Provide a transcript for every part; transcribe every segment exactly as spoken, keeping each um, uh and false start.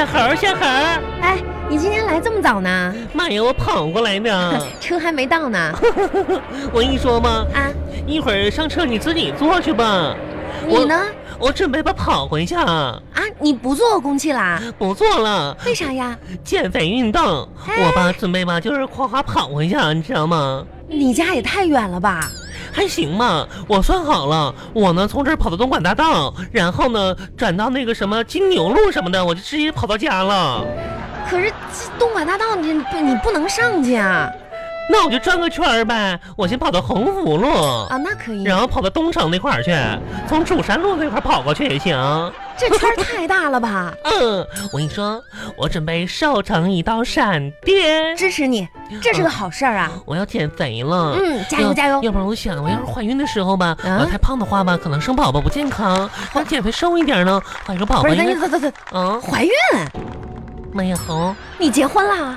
小猴，小猴， 哎，你今天来这么早呢？ 妈呀，我跑过来的， 车还没到呢。 我跟你说嘛， 啊， 一会儿上车你自己坐去吧。 你呢？ 我, 我准备吧跑回去啊。 啊，你不坐公汽啦？ 不坐了。 为啥呀？ 减肥运动， 哎、 我吧准备吧就是夸夸跑回去，你知道吗？ 你家也太远了吧？ 还行吧，我算好了，我呢从这儿跑到东莞大道，然后呢转到那个什么金牛路什么的，我就直接跑到家了。 可是东莞大道你你不能上去啊。 那我就转个圈儿呗，我先跑到鸿福路啊，那可以， 然后跑到东城那块儿去，从主山路那块跑过去也行。 这圈儿太大了吧？ 嗯，我跟你说，我准备瘦成一道闪电， 支持你，这是个好事儿啊、 嗯！我要减肥了， 嗯，加油加油！ 要不然我想，我要是怀孕的时候吧， 啊、 我太胖的话吧，可能生宝宝不健康。要减肥瘦一点呢，怀个宝宝。 不是，等等等等， 嗯， 怀孕？ 妈呀，红， 你结婚了？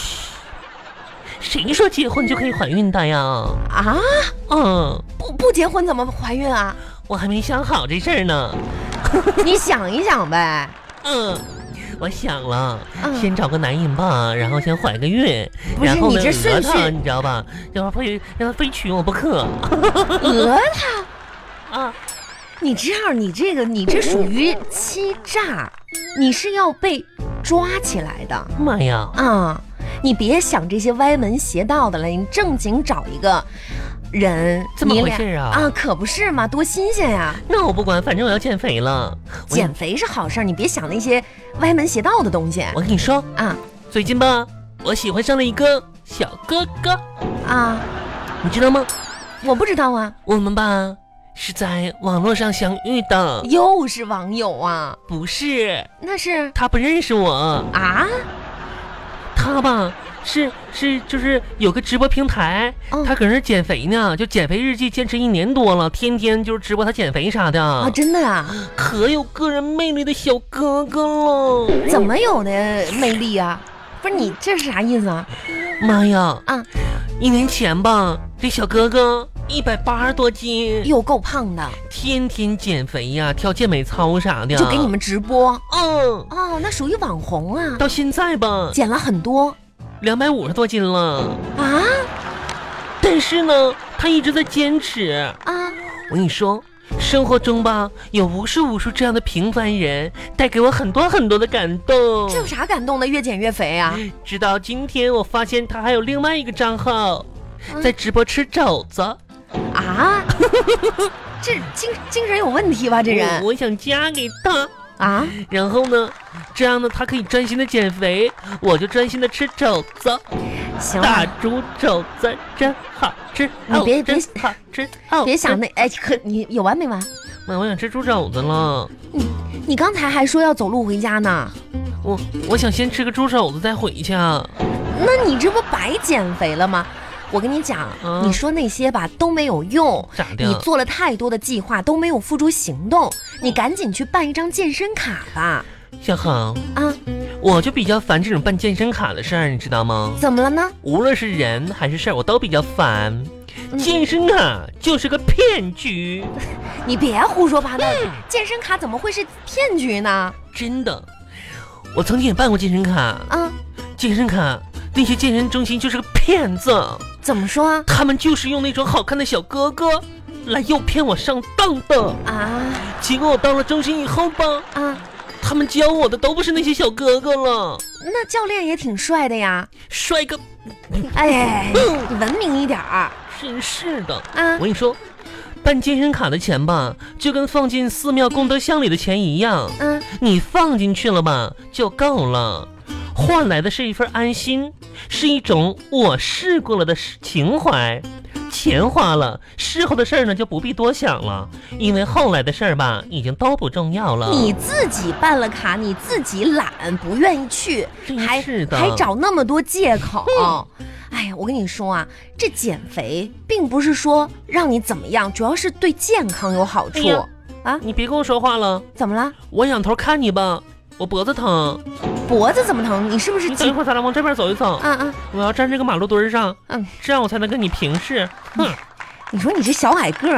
谁说结婚就可以怀孕的呀？ 啊， 嗯， 不不结婚怎么怀孕啊？ 我还没想好这事儿呢。 你想一想呗。 嗯，我想了， 嗯、 先找个男人吧，然后先怀个孕， 不是然后呢你这顺序讹他，你知道吧？要不非让他非娶我不可。 讹他啊！ 你这样，你这个你这属于欺诈，你是要被抓起来的。 妈呀！ 啊！你别想这些歪门邪道的了，你正经找一个人， 这么回事啊？ 啊，可不是嘛，多新鲜呀！ 那我不管，反正我要减肥了。 减肥是好事，你别想那些歪门邪道的东西。 我跟你说啊， 最近吧，我喜欢上了一个小哥哥啊， 你知道吗？ 我不知道啊。 我们吧是在网络上相遇的。 又是网友啊？ 不是， 那是他不认识我啊。 他吧是是就是有个直播平台、哦、他搁那减肥呢，就减肥日记坚持一年多了，天天就是直播他减肥啥的啊。真的呀？ 可有个人魅力的小哥哥了。 怎么有的魅力啊？不是你这是啥意思啊？ 妈呀啊！ 一年前吧，这小哥哥一百八十多斤， 又够胖的， 天天减肥呀，跳健美操啥的， 就给你们直播。 嗯， 哦，那属于网红啊。 到现在吧， 减了很多， 两百五十多斤了啊。 但是呢，他一直在坚持啊。 我跟你说，生活中吧，有无数无数这样的平凡人，带给我很多很多的感动。 这有啥感动的？越减越肥啊！ 直到今天，我发现他还有另外一个账号，嗯、在直播吃肘子。 啊！这精精神有问题吧？这人， 我, 我想嫁给他啊！ 然后呢，这样呢，他可以专心的减肥，我就专心的吃肘子。 行， 大猪肘子真好吃， 你别别好吃，好别想那哎，可你有完没完？ 妈，我想吃猪肘子了。 你你刚才还说要走路回家呢。 我我想先吃个猪肘子再回去啊。 那你这不白减肥了吗？我跟你讲、嗯，你说那些吧都没有用， 咋的？ 你做了太多的计划都没有付诸行动，你赶紧去办一张健身卡吧。 小恒啊， 我就比较烦这种办健身卡的事儿，你知道吗？ 怎么了呢？ 无论是人还是事儿，我都比较烦。嗯、健身卡就是个骗局。 你别胡说八道、嗯，健身卡怎么会是骗局呢？ 真的，我曾经也办过健身卡啊， 健身卡。那些健身中心就是个骗子。 怎么说啊？ 他们就是用那种好看的小哥哥来诱骗我上当的啊！ 结果我到了中心以后吧， 啊， 他们教我的都不是那些小哥哥了。 那教练也挺帅的呀， 帅个！ 哎，嗯、你文明一点儿。 真是的啊！ 我跟你说，办健身卡的钱吧，就跟放进寺庙功德箱里的钱一样， 嗯， 你放进去了吧就够了。换来的是一份安心，是一种我试过了的情怀。钱花了，事后的事儿呢就不必多想了，因为后来的事儿吧已经都不重要了。 你自己办了卡，你自己懒，不愿意去，还是的， 还找那么多借口。哎呀，我跟你说啊，这减肥并不是说让你怎么样，主要是对健康有好处、哎、啊！ 你别跟我说话了， 怎么了？ 我仰头看你吧。我脖子疼， 脖子怎么疼？你是不是？ 你等一会儿，咱俩往这边走一走。 嗯嗯， 我要站这个马路墩上， 嗯， 这样我才能跟你平视。哼、嗯， 你说你这小矮个儿，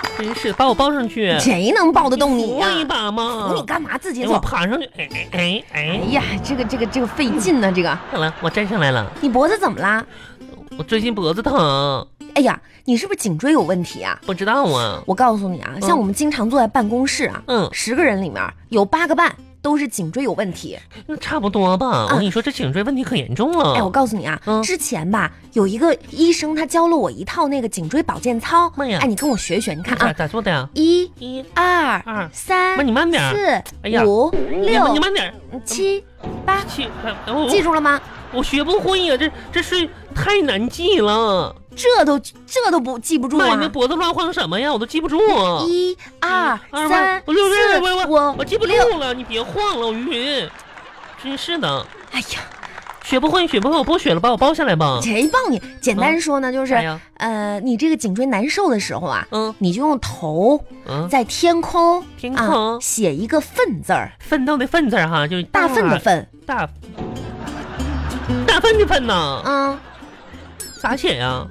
真是把我抱上去， 谁能抱得动你呀、 扶我一把嘛！ 扶你干嘛？自己我走。 爬上去，哎哎哎哎哎！ 呀，这个这个这个费劲呢，这个。 好了，我站上来了。 你脖子怎么啦？ 我最近脖子疼， 哎呀，你是不是颈椎有问题啊？ 不知道啊。 我告诉你啊，像我们经常坐在办公室啊， 嗯， 十个人里面有八个半都是颈椎有问题。 那差不多吧。我跟你说，这颈椎问题可严重了。 哎，我告诉你啊， 嗯之前吧有一个医生他教了我一套那个颈椎保健操。 妈呀哎，你跟我学学，你看咋啊， 咋做的呀？ 一、 一二、 二三、 妈你慢点儿四、 哎呀五、 你六、 你慢点， 七、八， 去，我记住了吗？ 我学不会呀，这这是太难记了。 这都这都不记不住妈呀，那啊！ 脖子乱晃什么呀？我都记不住。 一、二、 二三、 我六六四、 我我五， 我记不住六。 了，你别晃了，我云云，真是的， 哎呀， 学不会学不会，我不学了，把我包下来吧。 谁帮你？简单说呢，就是哎呀呃，你这个颈椎难受的时候啊， 嗯你就用头嗯， 在天空天空啊写一个奋字儿， 奋斗的奋字儿哈，就是大粪的粪， 大大粪的粪呐， 嗯， 咋写呀？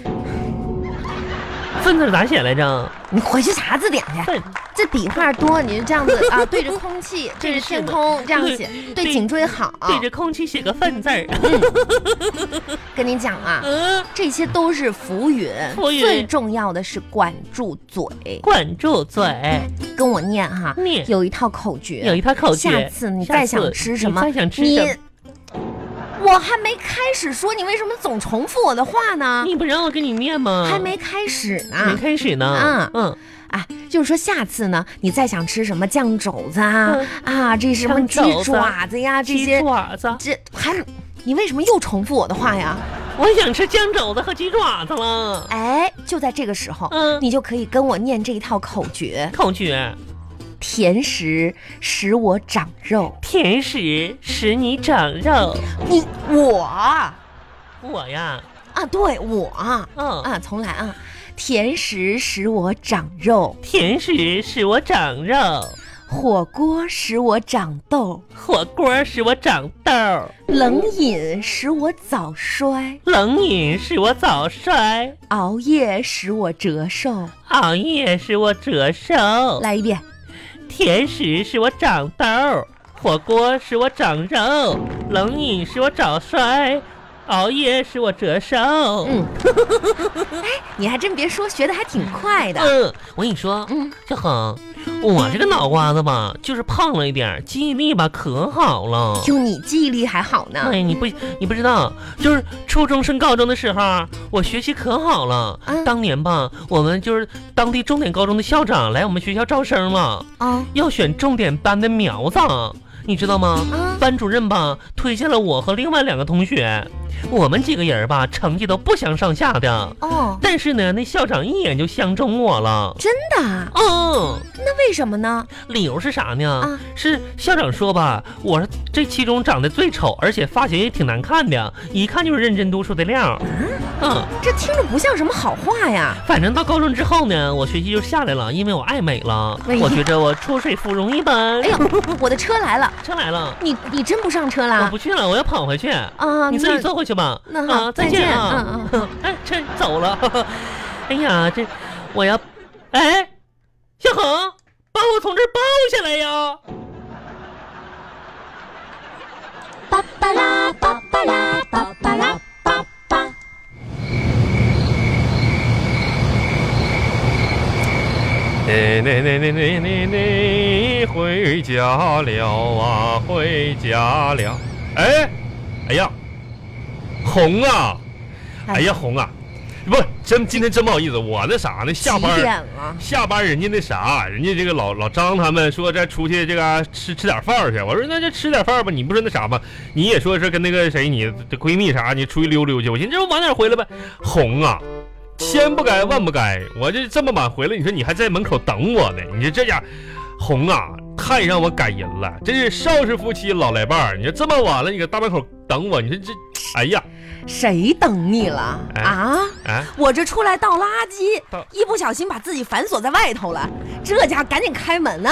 粪字咋写来着？ 你回去查字典去。 粪这笔画多，你就这样子啊，对着空气，对着天空这样写，对对颈椎好。 对着空气写个粪字儿。 跟你讲啊， 嗯， 这些都是浮云， 浮云最重要的是管住嘴， 管住嘴， 跟我念哈， 念有一套口诀， 有一套口诀。 下次你再想吃什么， 你再想吃你什么？ 我还没开始说，你为什么总重复我的话呢？ 你不让我给你念吗？ 还没开始呢， 没开始呢。 嗯嗯， 啊，就是说下次呢，你再想吃什么酱肘子啊、 嗯啊，这什么鸡酱肘子爪子呀，这鸡些爪子， 这还，你为什么又重复我的话呀？ 我想吃酱肘子和鸡爪子了。 哎，就在这个时候， 嗯你就可以跟我念这一套口诀： 口诀： 甜食使我长肉。 甜食使你长肉。 你我啊， 我呀， 对我啊嗯， 啊，重来啊！甜食使我长肉， 甜食使我长肉， 火锅使我长痘， 火锅使我长痘， 冷饮使我早衰， 冷饮使我早衰， 熬夜使我折寿。 熬夜使我折寿。 来一遍， 甜食使我长痘，火锅使我长肉，冷饮使我早衰，熬夜使我折寿。 嗯，哎，你还真别说，学的还挺快的。 嗯，我跟你说， 嗯， 小恒，我这个脑瓜子吧，就是胖了一点，记忆力吧可好了。 就你记忆力还好呢。 哎，你不你不知道，就是初中升高中的时候，我学习可好了。 嗯当年吧，我们就是当地重点高中的校长来我们学校招生嘛， 啊要选重点班的苗子，你知道吗？ 啊， 班主任吧推荐了我和另外两个同学，我们几个人吧成绩都不相上下的， 哦， 但是呢，那校长一眼就相中我了。 真的啊？ 嗯， 那为什么呢？ 理由是啥呢？ 啊是校长说吧，我是这其中长得最丑，而且发型也挺难看的，一看就是认真读书的料。嗯， 这听着不像什么好话呀。 反正到高中之后呢，我学习就下来了，因为我爱美了。 哎呀我觉着我出水芙蓉一般。 哎呦，我的车来了， 车来了， 你你真不上车我啦？ 不去了，我要跑回去。 啊， 你自己那坐回去吧。 那好啊，再再见啊。 嗯哎，这走了。哎呀，这我要，哎，小恒，把我从这儿抱下来呀！ 巴巴拉巴巴拉巴巴拉巴巴。 你你你你你你你回家了啊，回家了。哎，哎呀，红啊，哎呀红啊，不，真今天真不好意思，我那啥呢，下几点班了？ 下班人家那啥，人家这个老老张他们说再出去这个吃吃点饭去，我说那就吃点饭吧，你不说那啥吗？你也说是跟那个谁你的闺蜜啥，你出去溜溜去，我寻思这不晚点回来呗。红啊，千不该万不该，我这这么晚回来，你说你还在门口等我呢，你说这家红啊，太让我感人了，真是少时夫妻老来伴儿。你说这么晚了，你搁大门口等我，你说这，哎呀， 谁等你了哎啊？ 啊， 我这出来倒垃圾倒， 一不小心把自己反锁在外头了，这家赶紧开门呐！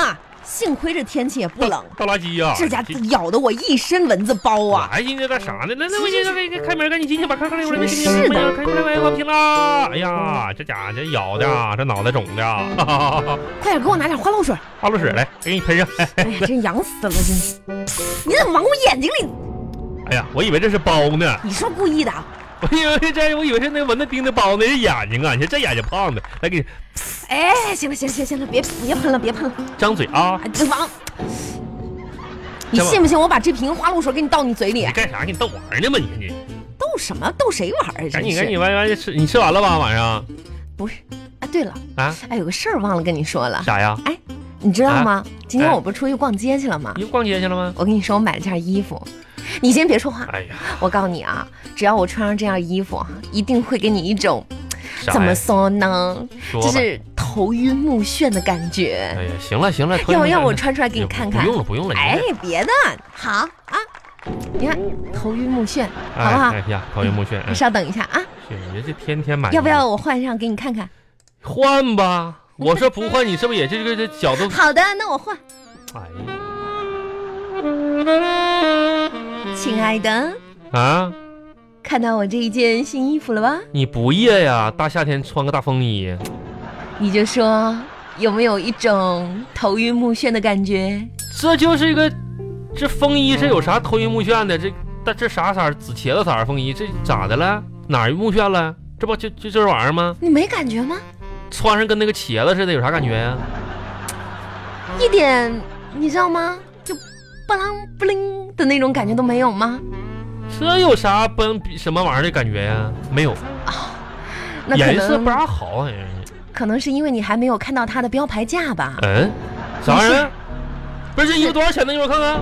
幸亏这天气也不冷， 倒垃圾呀！ 这家咬得我一身蚊子包啊！ 哎，今天那啥呢？那那我这个开门，赶紧进去把看看那会儿。 是的， 开门来，我平了。哎呀，这家伙这咬的，这脑袋肿的。 快点给我拿点花露水， 花露水来，给你喷上。 哎呀，真痒死了，真是！你怎么往我眼睛里？ 哎呀，我以为这是包呢。 你是不是故意的？ 我以为这，我以为是那蚊子叮的包，那是眼睛啊！你看这眼睛胖的，来给你。 哎，行了行了行了行了，别别喷了别喷了， 张嘴啊！ 这王，你信不信我把这瓶花露水给你倒你嘴里？ 你干啥？给你逗玩呢吗？你看你逗什么？逗谁玩啊？ 赶紧赶紧完完吃，你吃完了吧？晚上不是啊？对了啊， 哎，有个事儿忘了跟你说了。 啥呀？ 哎，你知道吗？ 啊、 今天我不是出去逛街去了吗？ 你逛街去了吗？ 我跟你说，我买了件衣服。你先别说话。 哎呀， 我告诉你啊，只要我穿上这件衣服，一定会给你一种。怎么说呢？就是头晕目眩的感觉。 哎呀，行了行了， 要不要我穿出来给你看看？ 不用了不用了。 哎，别的好啊，你看头晕目眩，好不好？ 哎呀，头晕目眩。 你稍等一下啊。 你这天天买。 要不要我换上给你看看？ 换吧，我说不换，你是不是也这个这脚都？ 好的，那我换。 哎呀，亲爱的啊。 看到我这一件新衣服了吧？ 你不热呀？大夏天穿个大风衣， 你就说有没有一种头晕目眩的感觉？ 这就是一个，这风衣是有啥头晕目眩的？这这这啥色？紫茄子色风衣，这咋的了？哪儿目眩了？这不就就这玩意儿吗？ 你没感觉吗？ 穿上跟那个茄子似的，有啥感觉呀？ 一点，你知道吗？就不啷不灵的那种感觉都没有吗？ 这有啥奔什么玩意儿的感觉呀？没有啊，那颜色不咋好啊。 可能是因为你还没有看到它的标牌价吧？ 嗯，啥玩意儿？不是这衣服多少钱呢？一会儿看看，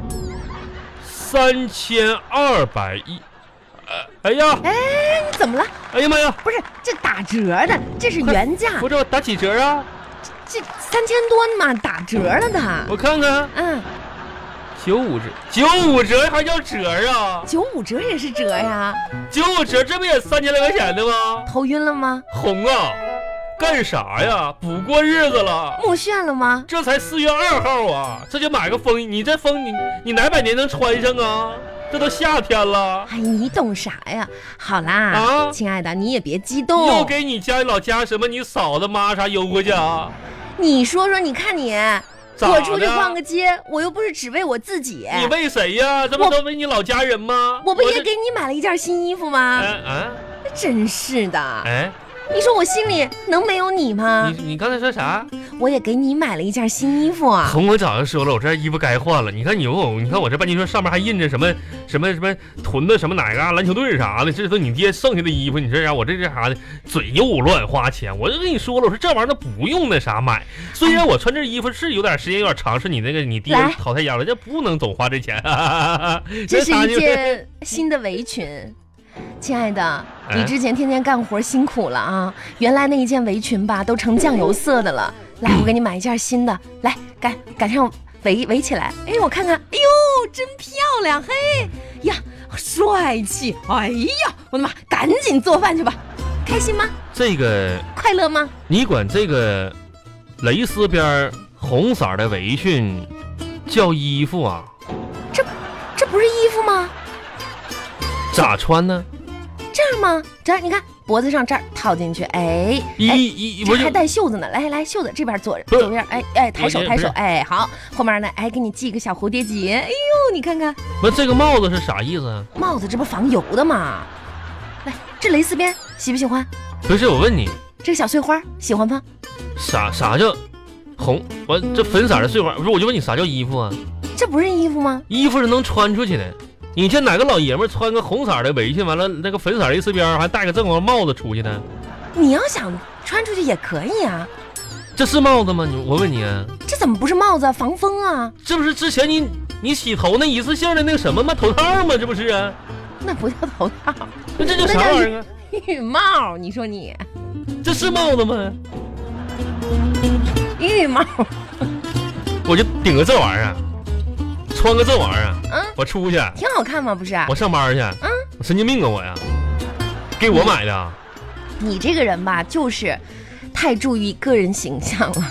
三千二百一。哎呀， 哎，你怎么了？ 哎呀妈呀！ 不是，这打折的，这是原价。 不是，打几折啊？ 这三千多嘛，打折了的。 我看看， 嗯。 九五折，九五折还叫折啊？ 九五折也是折呀！ 九五折这不也三千来块钱的吗？ 头晕了吗？ 红啊，干啥呀？不过日子了？ 目眩了吗？ 这才四月二号啊，这就买个风衣，你这风你你哪百年能穿上啊？这都夏天了。 哎，你懂啥呀？好啦， 啊， 亲爱的，你也别激动。 又给你家老家什么你嫂子妈啥邮回去啊？ 你说说，你看你。我出去逛个街，我又不是只为我自己。 你为谁呀？这不都为你老家人吗？ 我不也给你买了一件新衣服吗？ 嗯嗯， 真是的。 哎， 你说我心里能没有你吗？ 你你刚才说啥？ 我也给你买了一件新衣服啊。 红，我早就说了，我这衣服该换了。你看你我，你看我这半截袖上面还印着什么什么什么屯子什么哪个篮球队啥的，这都你爹剩下的衣服。你这啥？我这这啥的，嘴又乱花钱。我就跟你说了，我说这玩意儿都不用那啥买。虽然我穿这衣服是有点时间有点长，是你那个你爹淘汰家了，这不能总花这钱。 这是一件新的围裙。亲爱的，你之前天天干活辛苦了啊！原来那一件围裙吧，都成酱油色的了。来，我给你买一件新的，来赶赶上围围起来。哎，我看看，哎呦，真漂亮！嘿呀，帅气！哎呀，我的妈，赶紧做饭去吧。开心吗？ 这个快乐吗？ 你管这个蕾丝边红色的围裙叫衣服啊？ 这这不是衣服吗？ 咋穿呢？ 这样吗？这样，你看脖子上这儿套进去，哎， 一一这还带袖子呢。来来，袖子这边左左边，哎哎，抬手抬手，哎，好，后面呢，哎，给你系一个小蝴蝶结。哎呦，你看看， 那这个帽子是啥意思啊？ 帽子这不防油的吗？来，这蕾丝边喜不喜欢？ 不是，我问你， 这个小碎花喜欢吗？ 啥啥叫红？我这粉色的碎花，不是，我就问你啥叫衣服啊？ 这不是衣服吗？ 衣服是能穿出去的。你见哪个老爷们穿个红色的围裙，完了那个粉色蕾丝边还戴个正光帽子出去呢？ 你要想穿出去也可以啊。 这是帽子吗？我问你啊， 这怎么不是帽子？防风啊！ 这不是之前你你洗头那一次性的那个什么吗？头套吗？这不是啊？ 那不叫头套， 那这叫啥玩意儿啊？ 浴帽。你说你这是帽子吗？ 浴帽。 我就顶个这玩意儿。穿个这玩意儿， 嗯， 我出去挺好看吗？不是， 我上班去， 嗯， 神经病啊我呀，给我买的。 你这个人吧，就是太注意个人形象了。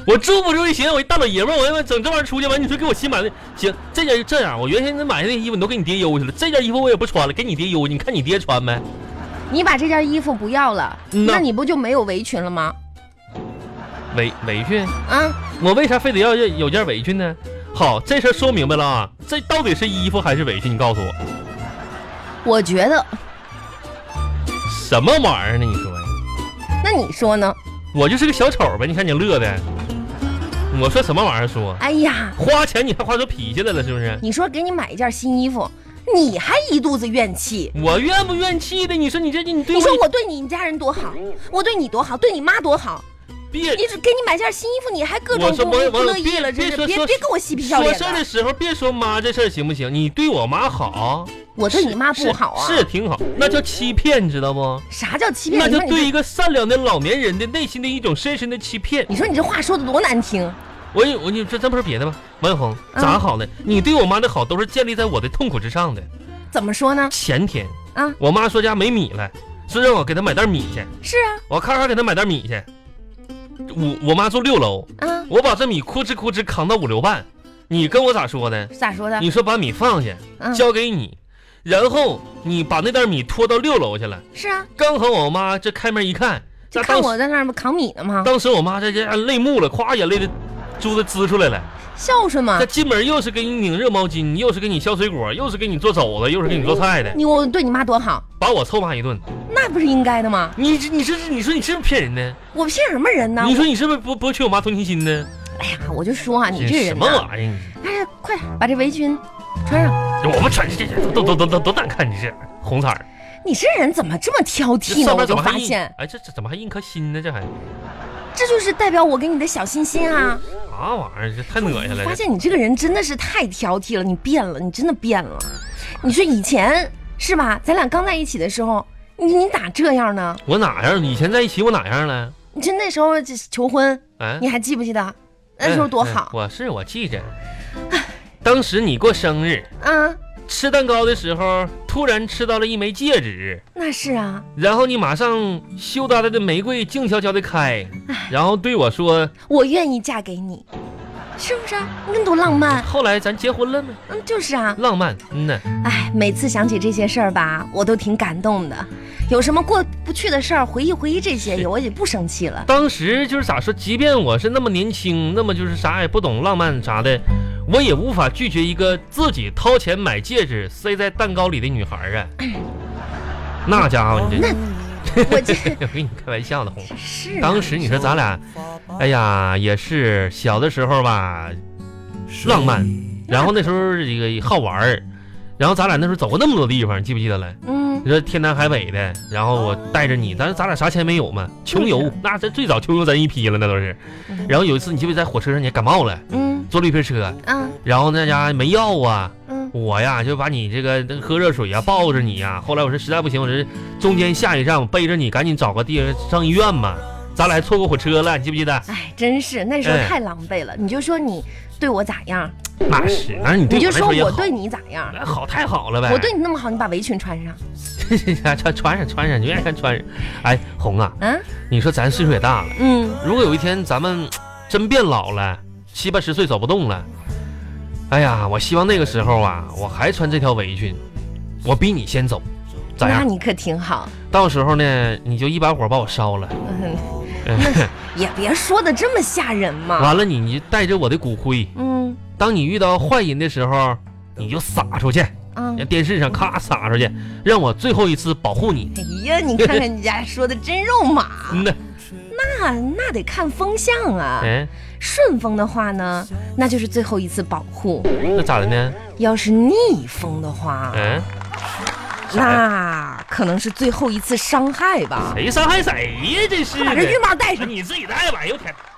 我住不住行，我一大老爷们儿，我他妈整这玩意儿出去完，你说给我新买的，行，这件这样，我原先买的那衣服你都给你爹邮去了，这件衣服我也不穿了，给你爹邮，你看你爹穿没？ 你把这件衣服不要了， 嗯、 那你不就没有围裙了吗？ 围围裙？ 啊， 我为啥非得要有件围裙呢？好，这事儿说明白了啊，这到底是衣服还是围裙？你告诉我。 我觉得什么玩意儿呢？你说呀？ 那你说呢？ 我就是个小丑呗，你看你乐的。我说什么玩意儿说？ 哎呀， 花钱你还花出脾气来了是不是？ 你说给你买一件新衣服，你还一肚子怨气。 我怨不怨气的？你说你这你对我， 你说我对你家人多好，我对你多好，对你妈多好。 别， 你只给你买件新衣服，你还各种不不乐意了，真是别别给我嬉皮笑脸的。 说事儿的时候别说妈这事儿行不行？你对我妈好， 我对你妈不好啊， 是, 是挺好，那叫欺骗，知道不？ 啥叫欺骗？ 那就对一个善良的老年人的内心的一种深深的欺骗。 你说你这话说的多难听。 我我你这真不是别的吧？王小红咋好呢？你对我妈的好都是建立在我的痛苦之上的。 怎么说呢？ 前天啊， 我妈说家没米了，说让我给她买袋米去。 是啊， 我咔咔给她买袋米去。我我妈住六楼， 啊， 我把这米哭哧哭哧扛到五楼半。你跟我咋说的？ 咋说的？ 你说把米放下， 嗯、 交给你，然后你把那袋米拖到六楼去了。 是啊， 刚好我妈这开门一看， 就看我在那儿扛米呢吗？ 当时我妈这这泪目了，咵眼泪的珠子滋出来了。 孝顺嘛！ 这进门又是给你拧热毛巾，又是给你削水果，又是给你做肘子，又是给你做菜的。 你我对你妈多好， 把我臭骂一顿， 那不是应该的吗？ 你你是你说你是不是骗人呢？ 我骗什么人呢？ 你说你是不是不不缺我妈同情心呢？ 哎呀，我就说啊，你这人什么玩意儿？ 哎呀，快点把这围裙穿上。 我们穿这这都都都都都难看，你这红色儿。 你这人怎么这么挑剔呢？我就发现， 哎，这这怎么还印颗心呢？这还。 这就是代表我给你的小心心啊！ 啥玩意儿？这太恶心了！ 发现你这个人真的是太挑剔了，你变了，你真的变了。你说以前是吧？咱俩刚在一起的时候，你你咋这样呢？ 我哪样？以前在一起我哪样了？ 你就那时候求婚， 哎， 你还记不记得？那时候多好！ 哎哎、我是我记着，当时你过生日啊。 吃蛋糕的时候，突然吃到了一枚戒指。 那是啊。 然后你马上羞答答的玫瑰静悄悄的开，然后对我说：“ 我愿意嫁给你。”是不是？你看多浪漫。 后来咱结婚了吗？ 嗯，就是啊， 浪漫。嗯呐。 哎，每次想起这些事儿吧，我都挺感动的。有什么过不去的事儿，回忆回忆这些，我也不生气了。 当时就是咋说，即便我是那么年轻，那么就是啥也不懂浪漫啥的，我也无法拒绝一个自己掏钱买戒指塞在蛋糕里的女孩啊。那家伙，你这。 我这我跟你开玩笑的，红。 是、啊。 当时你说咱俩，哎呀，也是小的时候吧，浪漫，然后那时候这个好玩儿，然后咱俩那时候走过那么多地方，你记不记得了？ 嗯。 你说天南海北的，然后我带着你，但是咱俩啥钱没有嘛，穷游，那这最早穷游咱一批了，那都是。然后有一次你记不记得在火车上你感冒了， 嗯， 坐绿皮车， 嗯， 然后那家没药啊。 我呀就把你这个喝热水啊，抱着你呀、啊。后来我说实在不行，我这中间下一站我背着你，赶紧找个地方上医院嘛。咱俩还错过火车了，你记不记得？ 哎，真是那时候太狼狈了。哎、你就说你对我咋样？ 那是，那你对我你就说我对你你咋样？ 好，太好了呗。 我对你那么好，你把围裙穿上。 穿穿上穿上，你愿意看穿上。哎，红啊， 嗯， 你说咱岁数也大了， 嗯， 如果有一天咱们真变老了，七八十岁走不动了。哎呀，我希望那个时候啊，我还穿这条围裙，我比你先走，咋样？ 那你可挺好。 到时候呢，你就一把火把我烧了。 嗯，那也别说的这么吓人嘛。 完了，你你带着我的骨灰， 嗯， 当你遇到坏人的时候，你就撒出去， 嗯， 让电视上咔撒出去，让我最后一次保护你。 哎呀，你看看人家说的真肉麻。 嗯呐， 那那得看风向啊。 哎。 顺风的话呢，那就是最后一次保护。 那咋的呢？ 要是逆风的话， 嗯， 那可能是最后一次伤害吧。 谁伤害谁呀？这是把这浴帽戴上， 你自己戴吧。哎呦天！